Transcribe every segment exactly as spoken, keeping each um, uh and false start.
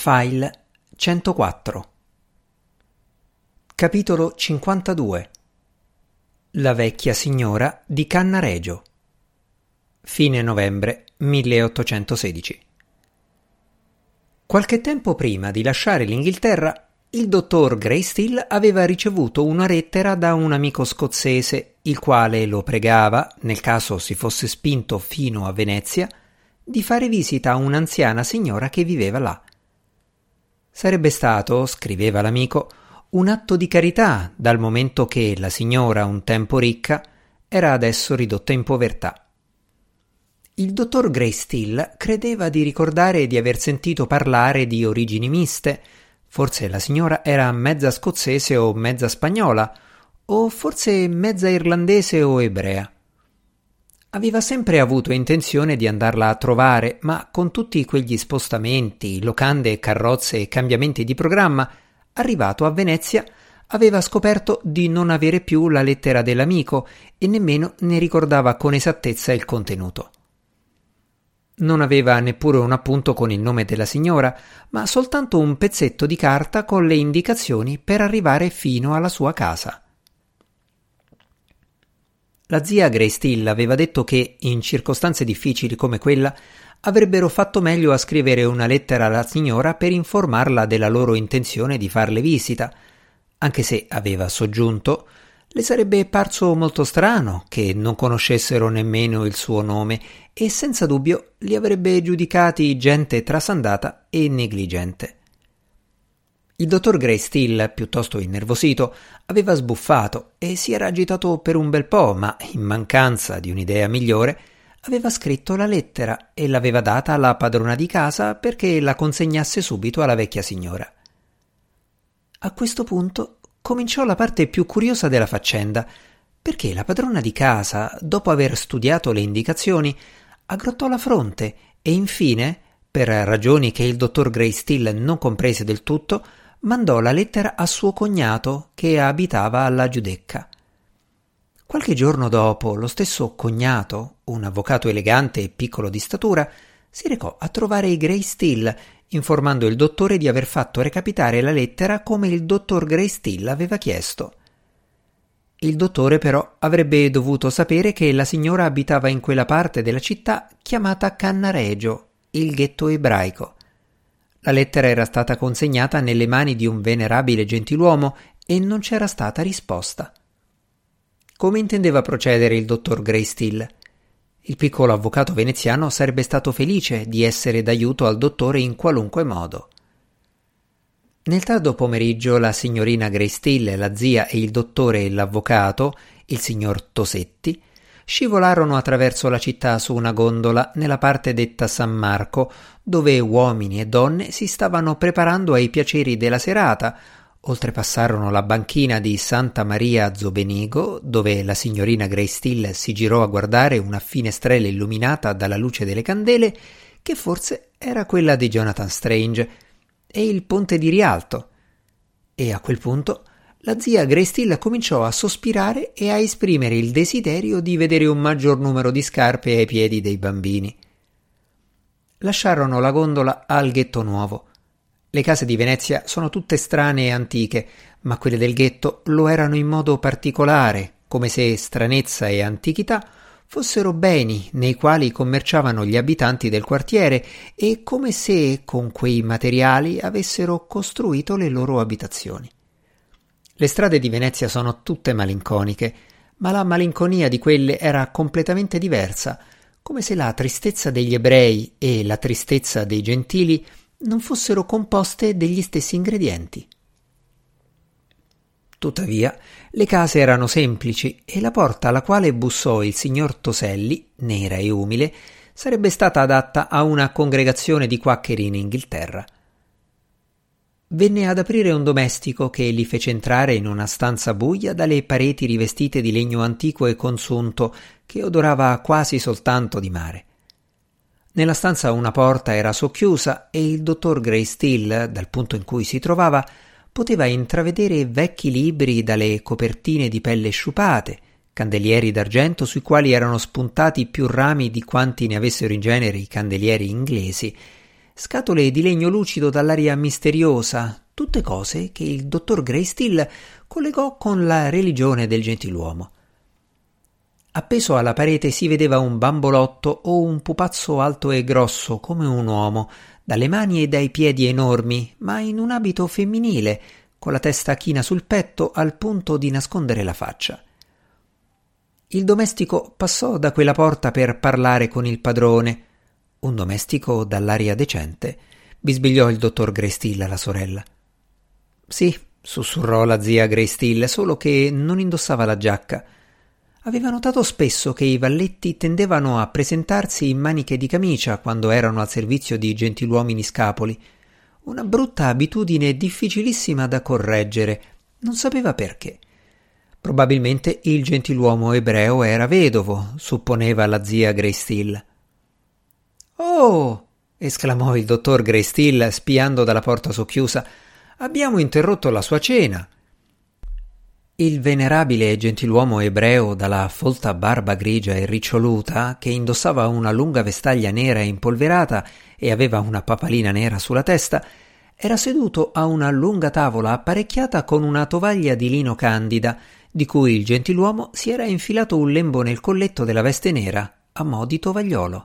File centoquattro. Capitolo cinquantadue. La vecchia signora di Cannaregio. Fine novembre milleottocentosedici. Qualche tempo prima di lasciare l'Inghilterra, il dottor Greystill aveva ricevuto una lettera da un amico scozzese, il quale lo pregava, nel caso si fosse spinto fino a Venezia, di fare visita a un'anziana signora che viveva là. Sarebbe stato, scriveva l'amico, un atto di carità, dal momento che la signora, un tempo ricca, era adesso ridotta in povertà. Il dottor Greystill credeva di ricordare di aver sentito parlare di origini miste. Forse la signora era mezza scozzese o mezza spagnola, o forse mezza irlandese o ebrea. Aveva sempre avuto intenzione di andarla a trovare, ma con tutti quegli spostamenti, locande, carrozze e cambiamenti di programma, arrivato a Venezia, aveva scoperto di non avere più la lettera dell'amico e nemmeno ne ricordava con esattezza il contenuto. Non aveva neppure un appunto con il nome della signora, ma soltanto un pezzetto di carta con le indicazioni per arrivare fino alla sua casa. La zia Greystill aveva detto che, in circostanze difficili come quella, avrebbero fatto meglio a scrivere una lettera alla signora per informarla della loro intenzione di farle visita, anche se, aveva soggiunto, le sarebbe parso molto strano che non conoscessero nemmeno il suo nome e senza dubbio li avrebbe giudicati gente trasandata e negligente. Il dottor Greystill, piuttosto innervosito, aveva sbuffato e si era agitato per un bel po', ma in mancanza di un'idea migliore aveva scritto la lettera e l'aveva data alla padrona di casa perché la consegnasse subito alla vecchia signora. A questo punto cominciò la parte più curiosa della faccenda, perché la padrona di casa, dopo aver studiato le indicazioni, aggrottò la fronte e infine, per ragioni che il dottor Greystill non comprese del tutto, mandò la lettera a suo cognato che abitava alla Giudecca. Qualche giorno dopo, lo stesso cognato, un avvocato elegante e piccolo di statura, si recò a trovare i Greystill, informando il dottore di aver fatto recapitare la lettera come il dottor Greystill aveva chiesto. Il dottore però avrebbe dovuto sapere che la signora abitava in quella parte della città chiamata Cannaregio, il ghetto ebraico. La lettera era stata consegnata nelle mani di un venerabile gentiluomo e non c'era stata risposta. Come intendeva procedere il dottor Greystill? Il piccolo avvocato veneziano sarebbe stato felice di essere d'aiuto al dottore in qualunque modo. Nel tardo pomeriggio la signorina Greystill, la zia e il dottore e l'avvocato, il signor Tosetti, scivolarono attraverso la città su una gondola nella parte detta San Marco, dove uomini e donne si stavano preparando ai piaceri della serata, oltrepassarono la banchina di Santa Maria Zobenigo, dove la signorina Greystill si girò a guardare una finestrella illuminata dalla luce delle candele, che forse era quella di Jonathan Strange, e il ponte di Rialto. E a quel punto la zia Greystill cominciò a sospirare e a esprimere il desiderio di vedere un maggior numero di scarpe ai piedi dei bambini. Lasciarono la gondola al ghetto nuovo. Le case di Venezia sono tutte strane e antiche, ma quelle del ghetto lo erano in modo particolare, come se stranezza e antichità fossero beni nei quali commerciavano gli abitanti del quartiere e come se con quei materiali avessero costruito le loro abitazioni. Le strade di Venezia sono tutte malinconiche, ma la malinconia di quelle era completamente diversa, come se la tristezza degli ebrei e la tristezza dei gentili non fossero composte degli stessi ingredienti. Tuttavia, le case erano semplici e la porta alla quale bussò il signor Toselli, nera e umile, sarebbe stata adatta a una congregazione di quaccheri in Inghilterra. Venne ad aprire un domestico che li fece entrare in una stanza buia dalle pareti rivestite di legno antico e consunto che odorava quasi soltanto di mare. Nella stanza una porta era socchiusa e il dottor Greystill, dal punto in cui si trovava, poteva intravedere vecchi libri dalle copertine di pelle sciupate, candelieri d'argento sui quali erano spuntati più rami di quanti ne avessero in genere i candelieri inglesi, scatole di legno lucido dall'aria misteriosa, tutte cose che il dottor Greystill collegò con la religione del gentiluomo. Appeso alla parete si vedeva un bambolotto o un pupazzo alto e grosso come un uomo, dalle mani e dai piedi enormi, ma in un abito femminile, con la testa china sul petto al punto di nascondere la faccia. Il domestico passò da quella porta per parlare con il padrone. Un domestico dall'aria decente, bisbigliò il dottor Greystill alla sorella. Sì, sussurrò la zia Greystill, solo che non indossava la giacca. Aveva notato spesso che i valletti tendevano a presentarsi in maniche di camicia quando erano al servizio di gentiluomini scapoli. Una brutta abitudine difficilissima da correggere. Non sapeva perché. Probabilmente il gentiluomo ebreo era vedovo, supponeva la zia Greystill. «Oh!» esclamò il dottor Greystill spiando dalla porta socchiusa. «Abbiamo interrotto la sua cena!» Il venerabile gentiluomo ebreo dalla folta barba grigia e riccioluta, che indossava una lunga vestaglia nera impolverata e aveva una papalina nera sulla testa, era seduto a una lunga tavola apparecchiata con una tovaglia di lino candida, di cui il gentiluomo si era infilato un lembo nel colletto della veste nera, a mo' di tovagliolo.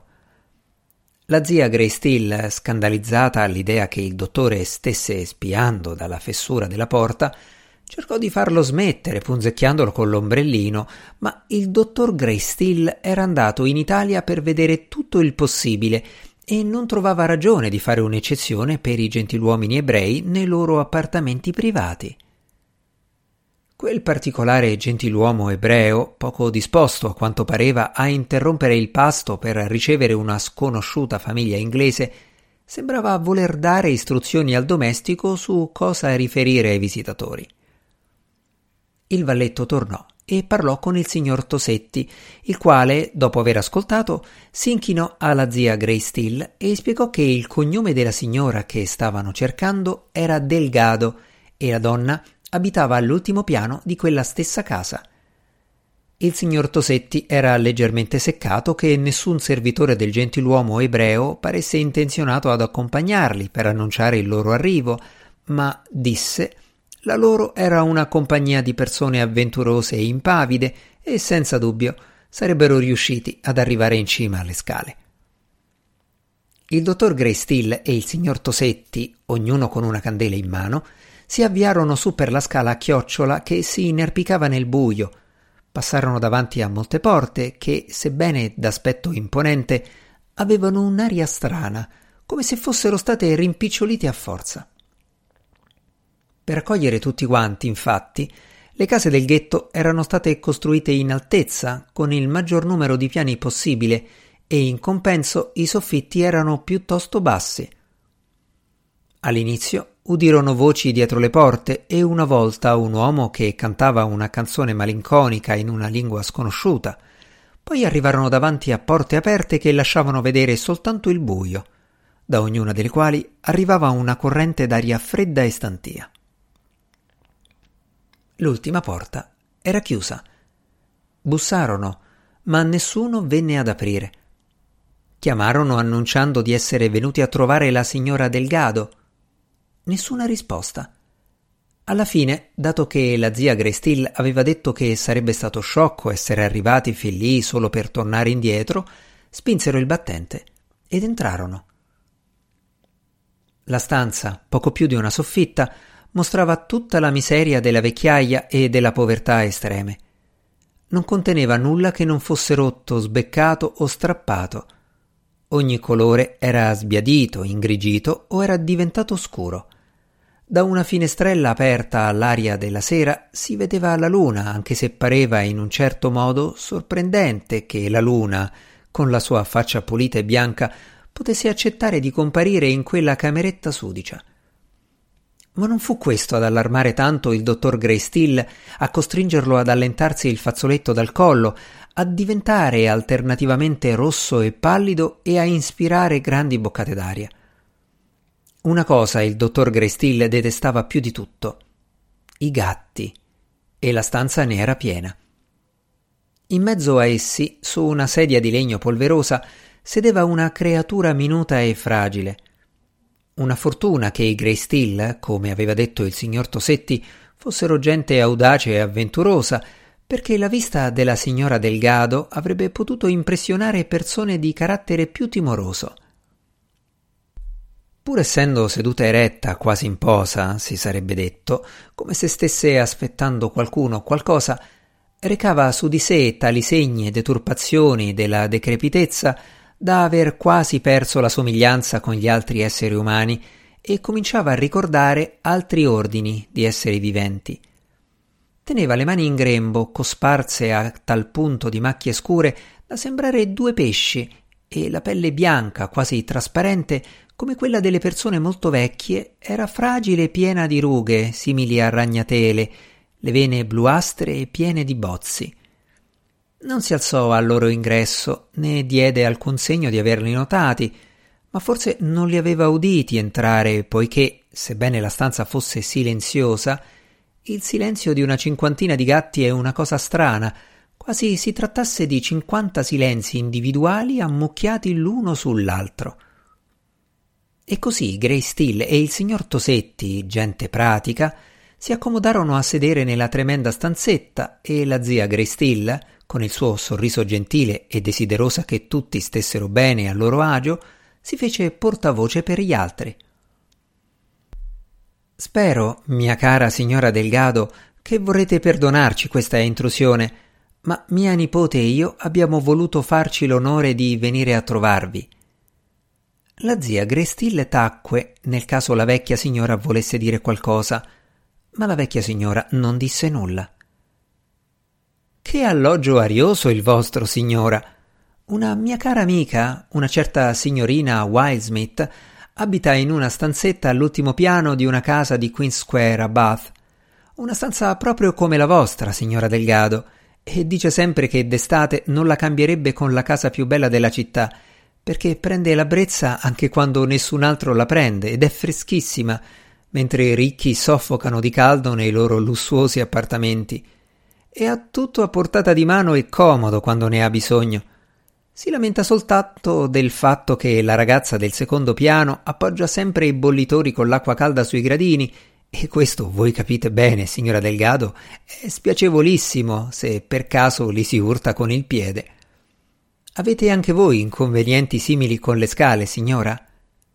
La zia Greystill, scandalizzata all'idea che il dottore stesse spiando dalla fessura della porta, cercò di farlo smettere punzecchiandolo con l'ombrellino, ma il dottor Greystill era andato in Italia per vedere tutto il possibile e non trovava ragione di fare un'eccezione per i gentiluomini ebrei nei loro appartamenti privati. Quel particolare gentiluomo ebreo, poco disposto a quanto pareva a interrompere il pasto per ricevere una sconosciuta famiglia inglese, sembrava voler dare istruzioni al domestico su cosa riferire ai visitatori. Il valletto tornò e parlò con il signor Tosetti, il quale, dopo aver ascoltato, si inchinò alla zia Greystill e spiegò che il cognome della signora che stavano cercando era Delgado e la donna abitava all'ultimo piano di quella stessa casa. Il signor Tosetti era leggermente seccato che nessun servitore del gentiluomo ebreo paresse intenzionato ad accompagnarli per annunciare il loro arrivo, ma disse: la loro era una compagnia di persone avventurose e impavide e senza dubbio sarebbero riusciti ad arrivare in cima alle scale. Il dottor Greystill e il signor Tosetti, ognuno con una candela in mano, si avviarono su per la scala a chiocciola che si inerpicava nel buio. Passarono davanti a molte porte che, sebbene d'aspetto imponente, avevano un'aria strana, come se fossero state rimpicciolite a forza. Per accogliere tutti quanti, infatti, le case del ghetto erano state costruite in altezza, con il maggior numero di piani possibile, e in compenso i soffitti erano piuttosto bassi. All'inizio udirono voci dietro le porte e una volta un uomo che cantava una canzone malinconica in una lingua sconosciuta. Poi arrivarono davanti a porte aperte che lasciavano vedere soltanto il buio, da ognuna delle quali arrivava una corrente d'aria fredda e stantia. L'ultima porta era chiusa. Bussarono, ma nessuno venne ad aprire. Chiamarono annunciando di essere venuti a trovare la signora Delgado. Nessuna risposta. Alla fine, dato che la zia Greystill aveva detto che sarebbe stato sciocco essere arrivati fin lì solo per tornare indietro, spinsero il battente ed entrarono. La stanza, poco più di una soffitta, mostrava tutta la miseria della vecchiaia e della povertà estreme. Non conteneva nulla che non fosse rotto, sbeccato o strappato. Ogni colore era sbiadito, ingrigito o era diventato scuro. Da una finestrella aperta all'aria della sera si vedeva la luna, anche se pareva in un certo modo sorprendente che la luna, con la sua faccia pulita e bianca, potesse accettare di comparire in quella cameretta sudicia. Ma non fu questo ad allarmare tanto il dottor Greystill, a costringerlo ad allentarsi il fazzoletto dal collo, a diventare alternativamente rosso e pallido e a inspirare grandi boccate d'aria. Una cosa il dottor Greystill detestava più di tutto: i gatti, e la stanza ne era piena. In mezzo a essi, su una sedia di legno polverosa, sedeva una creatura minuta e fragile. Una fortuna che i Grey Still, come aveva detto il signor Tosetti, fossero gente audace e avventurosa, perché la vista della signora Delgado avrebbe potuto impressionare persone di carattere più timoroso. Pur essendo seduta eretta, quasi in posa, si sarebbe detto, come se stesse aspettando qualcuno o qualcosa, recava su di sé tali segni e deturpazioni della decrepitezza da aver quasi perso la somiglianza con gli altri esseri umani e cominciava a ricordare altri ordini di esseri viventi. Teneva le mani in grembo, cosparse a tal punto di macchie scure da sembrare due pesci, e la pelle bianca, quasi trasparente, come quella delle persone molto vecchie, era fragile e piena di rughe, simili a ragnatele, le vene bluastre e piene di bozzi. Non si alzò al loro ingresso, né diede alcun segno di averli notati, ma forse non li aveva uditi entrare, poiché, sebbene la stanza fosse silenziosa, il silenzio di una cinquantina di gatti è una cosa strana, quasi si trattasse di cinquanta silenzi individuali ammucchiati l'uno sull'altro. E così Grey Still e il signor Tosetti, gente pratica, si accomodarono a sedere nella tremenda stanzetta e la zia Grey Still, con il suo sorriso gentile e desiderosa che tutti stessero bene a loro agio, si fece portavoce per gli altri. «Spero, mia cara signora Delgado, che vorrete perdonarci questa intrusione, ma mia nipote e io abbiamo voluto farci l'onore di venire a trovarvi». La zia Grey Still tacque nel caso la vecchia signora volesse dire qualcosa, ma la vecchia signora non disse nulla. «Che alloggio arioso il vostro, signora! Una mia cara amica, una certa signorina Wildsmith, abita in una stanzetta all'ultimo piano di una casa di Queen Square a Bath. Una stanza proprio come la vostra, signora Delgado, e dice sempre che d'estate non la cambierebbe con la casa più bella della città, perché prende la brezza anche quando nessun altro la prende ed è freschissima, mentre i ricchi soffocano di caldo nei loro lussuosi appartamenti. E ha tutto a portata di mano e comodo quando ne ha bisogno. Si lamenta soltanto del fatto che la ragazza del secondo piano appoggia sempre i bollitori con l'acqua calda sui gradini, e questo, voi capite bene, signora Delgado, è spiacevolissimo se per caso li si urta con il piede. Avete anche voi inconvenienti simili con le scale, signora?»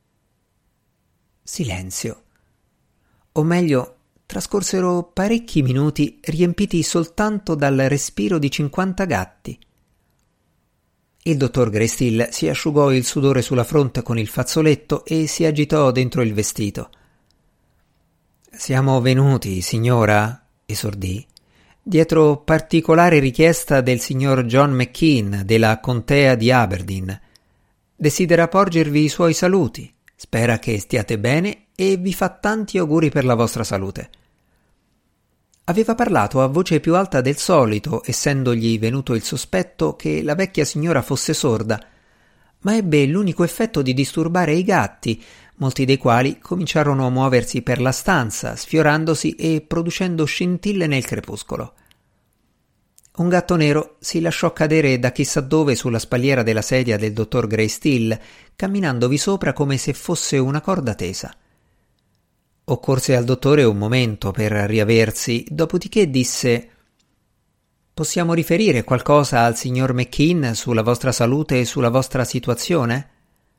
Silenzio. O meglio, trascorsero parecchi minuti riempiti soltanto dal respiro di cinquanta gatti. Il dottor Grey Still si asciugò il sudore sulla fronte con il fazzoletto e si agitò dentro il vestito. «Siamo venuti, signora», esordì, «dietro particolare richiesta del signor John McKean della contea di Aberdeen. Desidera porgervi i suoi saluti, spera che stiate bene e vi fa tanti auguri per la vostra salute». Aveva parlato a voce più alta del solito, essendogli venuto il sospetto che la vecchia signora fosse sorda, ma ebbe l'unico effetto di disturbare i gatti, molti dei quali cominciarono a muoversi per la stanza, sfiorandosi e producendo scintille nel crepuscolo. Un gatto nero si lasciò cadere da chissà dove sulla spalliera della sedia del dottor Grey Still, camminandovi sopra come se fosse una corda tesa. Occorse al dottore un momento per riaversi, dopodiché disse: «Possiamo riferire qualcosa al signor McKean sulla vostra salute e sulla vostra situazione?»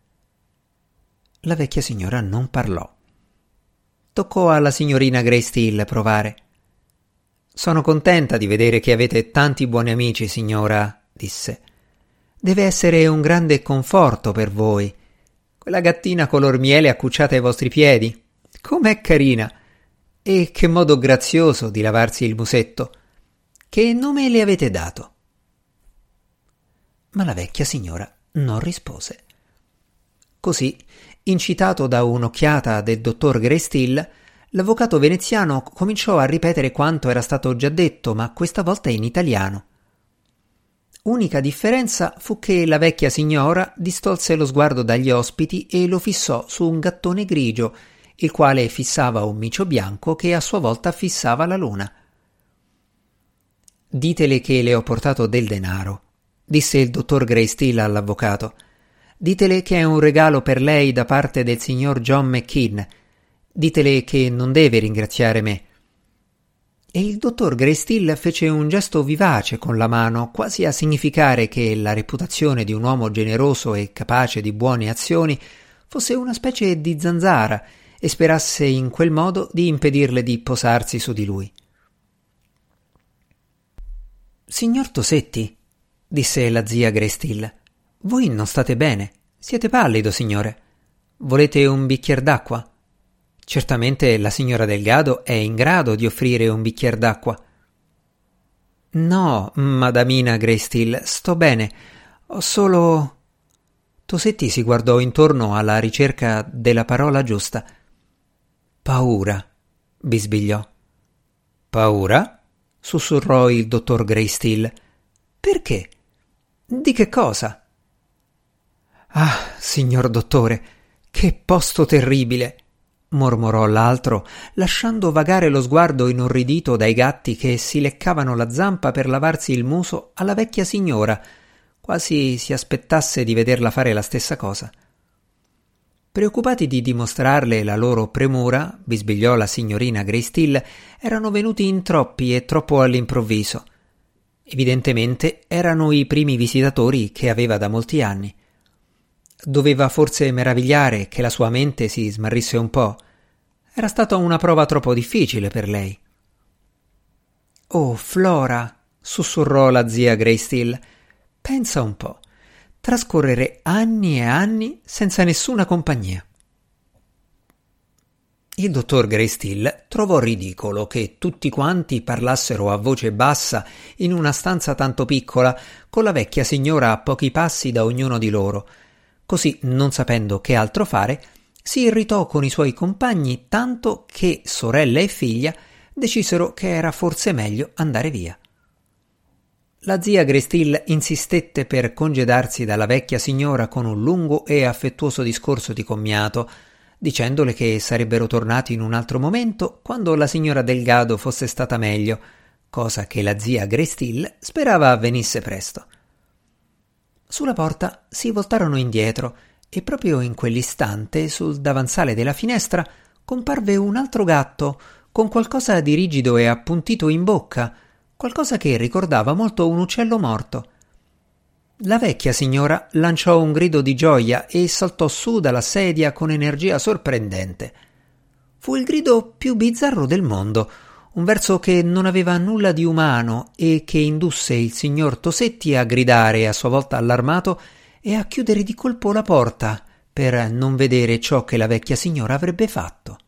La vecchia signora non parlò. Toccò alla signorina Grey Still provare. «Sono contenta di vedere che avete tanti buoni amici, signora», disse. «Deve essere un grande conforto per voi. Quella gattina color miele accucciata ai vostri piedi. Com'è carina! E che modo grazioso di lavarsi il musetto! Che nome le avete dato?» Ma la vecchia signora non rispose. Così, incitato da un'occhiata del dottor Grey Still, l'avvocato veneziano cominciò a ripetere quanto era stato già detto, ma questa volta in italiano. Unica differenza fu che la vecchia signora distolse lo sguardo dagli ospiti e lo fissò su un gattone grigio, il quale fissava un micio bianco che a sua volta fissava la luna. «Ditele che le ho portato del denaro», disse il dottor Grey Still all'avvocato. Ditele che è un regalo per lei da parte del signor John McKean. Ditele che non deve ringraziare me». E il dottor Greystill fece un gesto vivace con la mano, quasi a significare che la reputazione di un uomo generoso e capace di buone azioni fosse una specie di zanzara e sperasse in quel modo di impedirle di posarsi su di lui. «Signor Tosetti», disse la zia Greystill, «voi non state bene. Siete pallido, signore. Volete un bicchier d'acqua?» Certamente la signora Delgado è in grado di offrire un bicchier d'acqua. «No, madamina Greystill, sto bene. Ho solo...» Tosetti si guardò intorno alla ricerca della parola giusta. «Paura», bisbigliò. «Paura?» sussurrò il dottor Greystill. «Perché? Di che cosa?» «Ah, signor dottore, che posto terribile!» mormorò l'altro, lasciando vagare lo sguardo inorridito dai gatti che si leccavano la zampa per lavarsi il muso alla vecchia signora, quasi si aspettasse di vederla fare la stessa cosa. Preoccupati di dimostrarle la loro premura, bisbigliò la signorina Greystill, erano venuti in troppi e troppo all'improvviso. Evidentemente erano i primi visitatori che aveva da molti anni. Doveva forse meravigliare che la sua mente si smarrisse un po'. Era stata una prova troppo difficile per lei. «Oh, Flora», sussurrò la zia Greystill, «pensa un po'. Trascorrere anni e anni senza nessuna compagnia». Il dottor Greystill trovò ridicolo che tutti quanti parlassero a voce bassa in una stanza tanto piccola, con la vecchia signora a pochi passi da ognuno di loro. Così, non sapendo che altro fare, si irritò con i suoi compagni tanto che sorella e figlia decisero che era forse meglio andare via. La zia Greystill insistette per congedarsi dalla vecchia signora con un lungo e affettuoso discorso di commiato, dicendole che sarebbero tornati in un altro momento quando la signora Delgado fosse stata meglio, cosa che la zia Greystill sperava avvenisse presto. Sulla porta si voltarono indietro e proprio in quell'istante sul davanzale della finestra comparve un altro gatto con qualcosa di rigido e appuntito in bocca, qualcosa che ricordava molto un uccello morto. La vecchia signora lanciò un grido di gioia e saltò su dalla sedia con energia sorprendente. Fu il grido più bizzarro del mondo, un verso che non aveva nulla di umano e che indusse il signor Tosetti a gridare a sua volta allarmato e a chiudere di colpo la porta per non vedere ciò che la vecchia signora avrebbe fatto.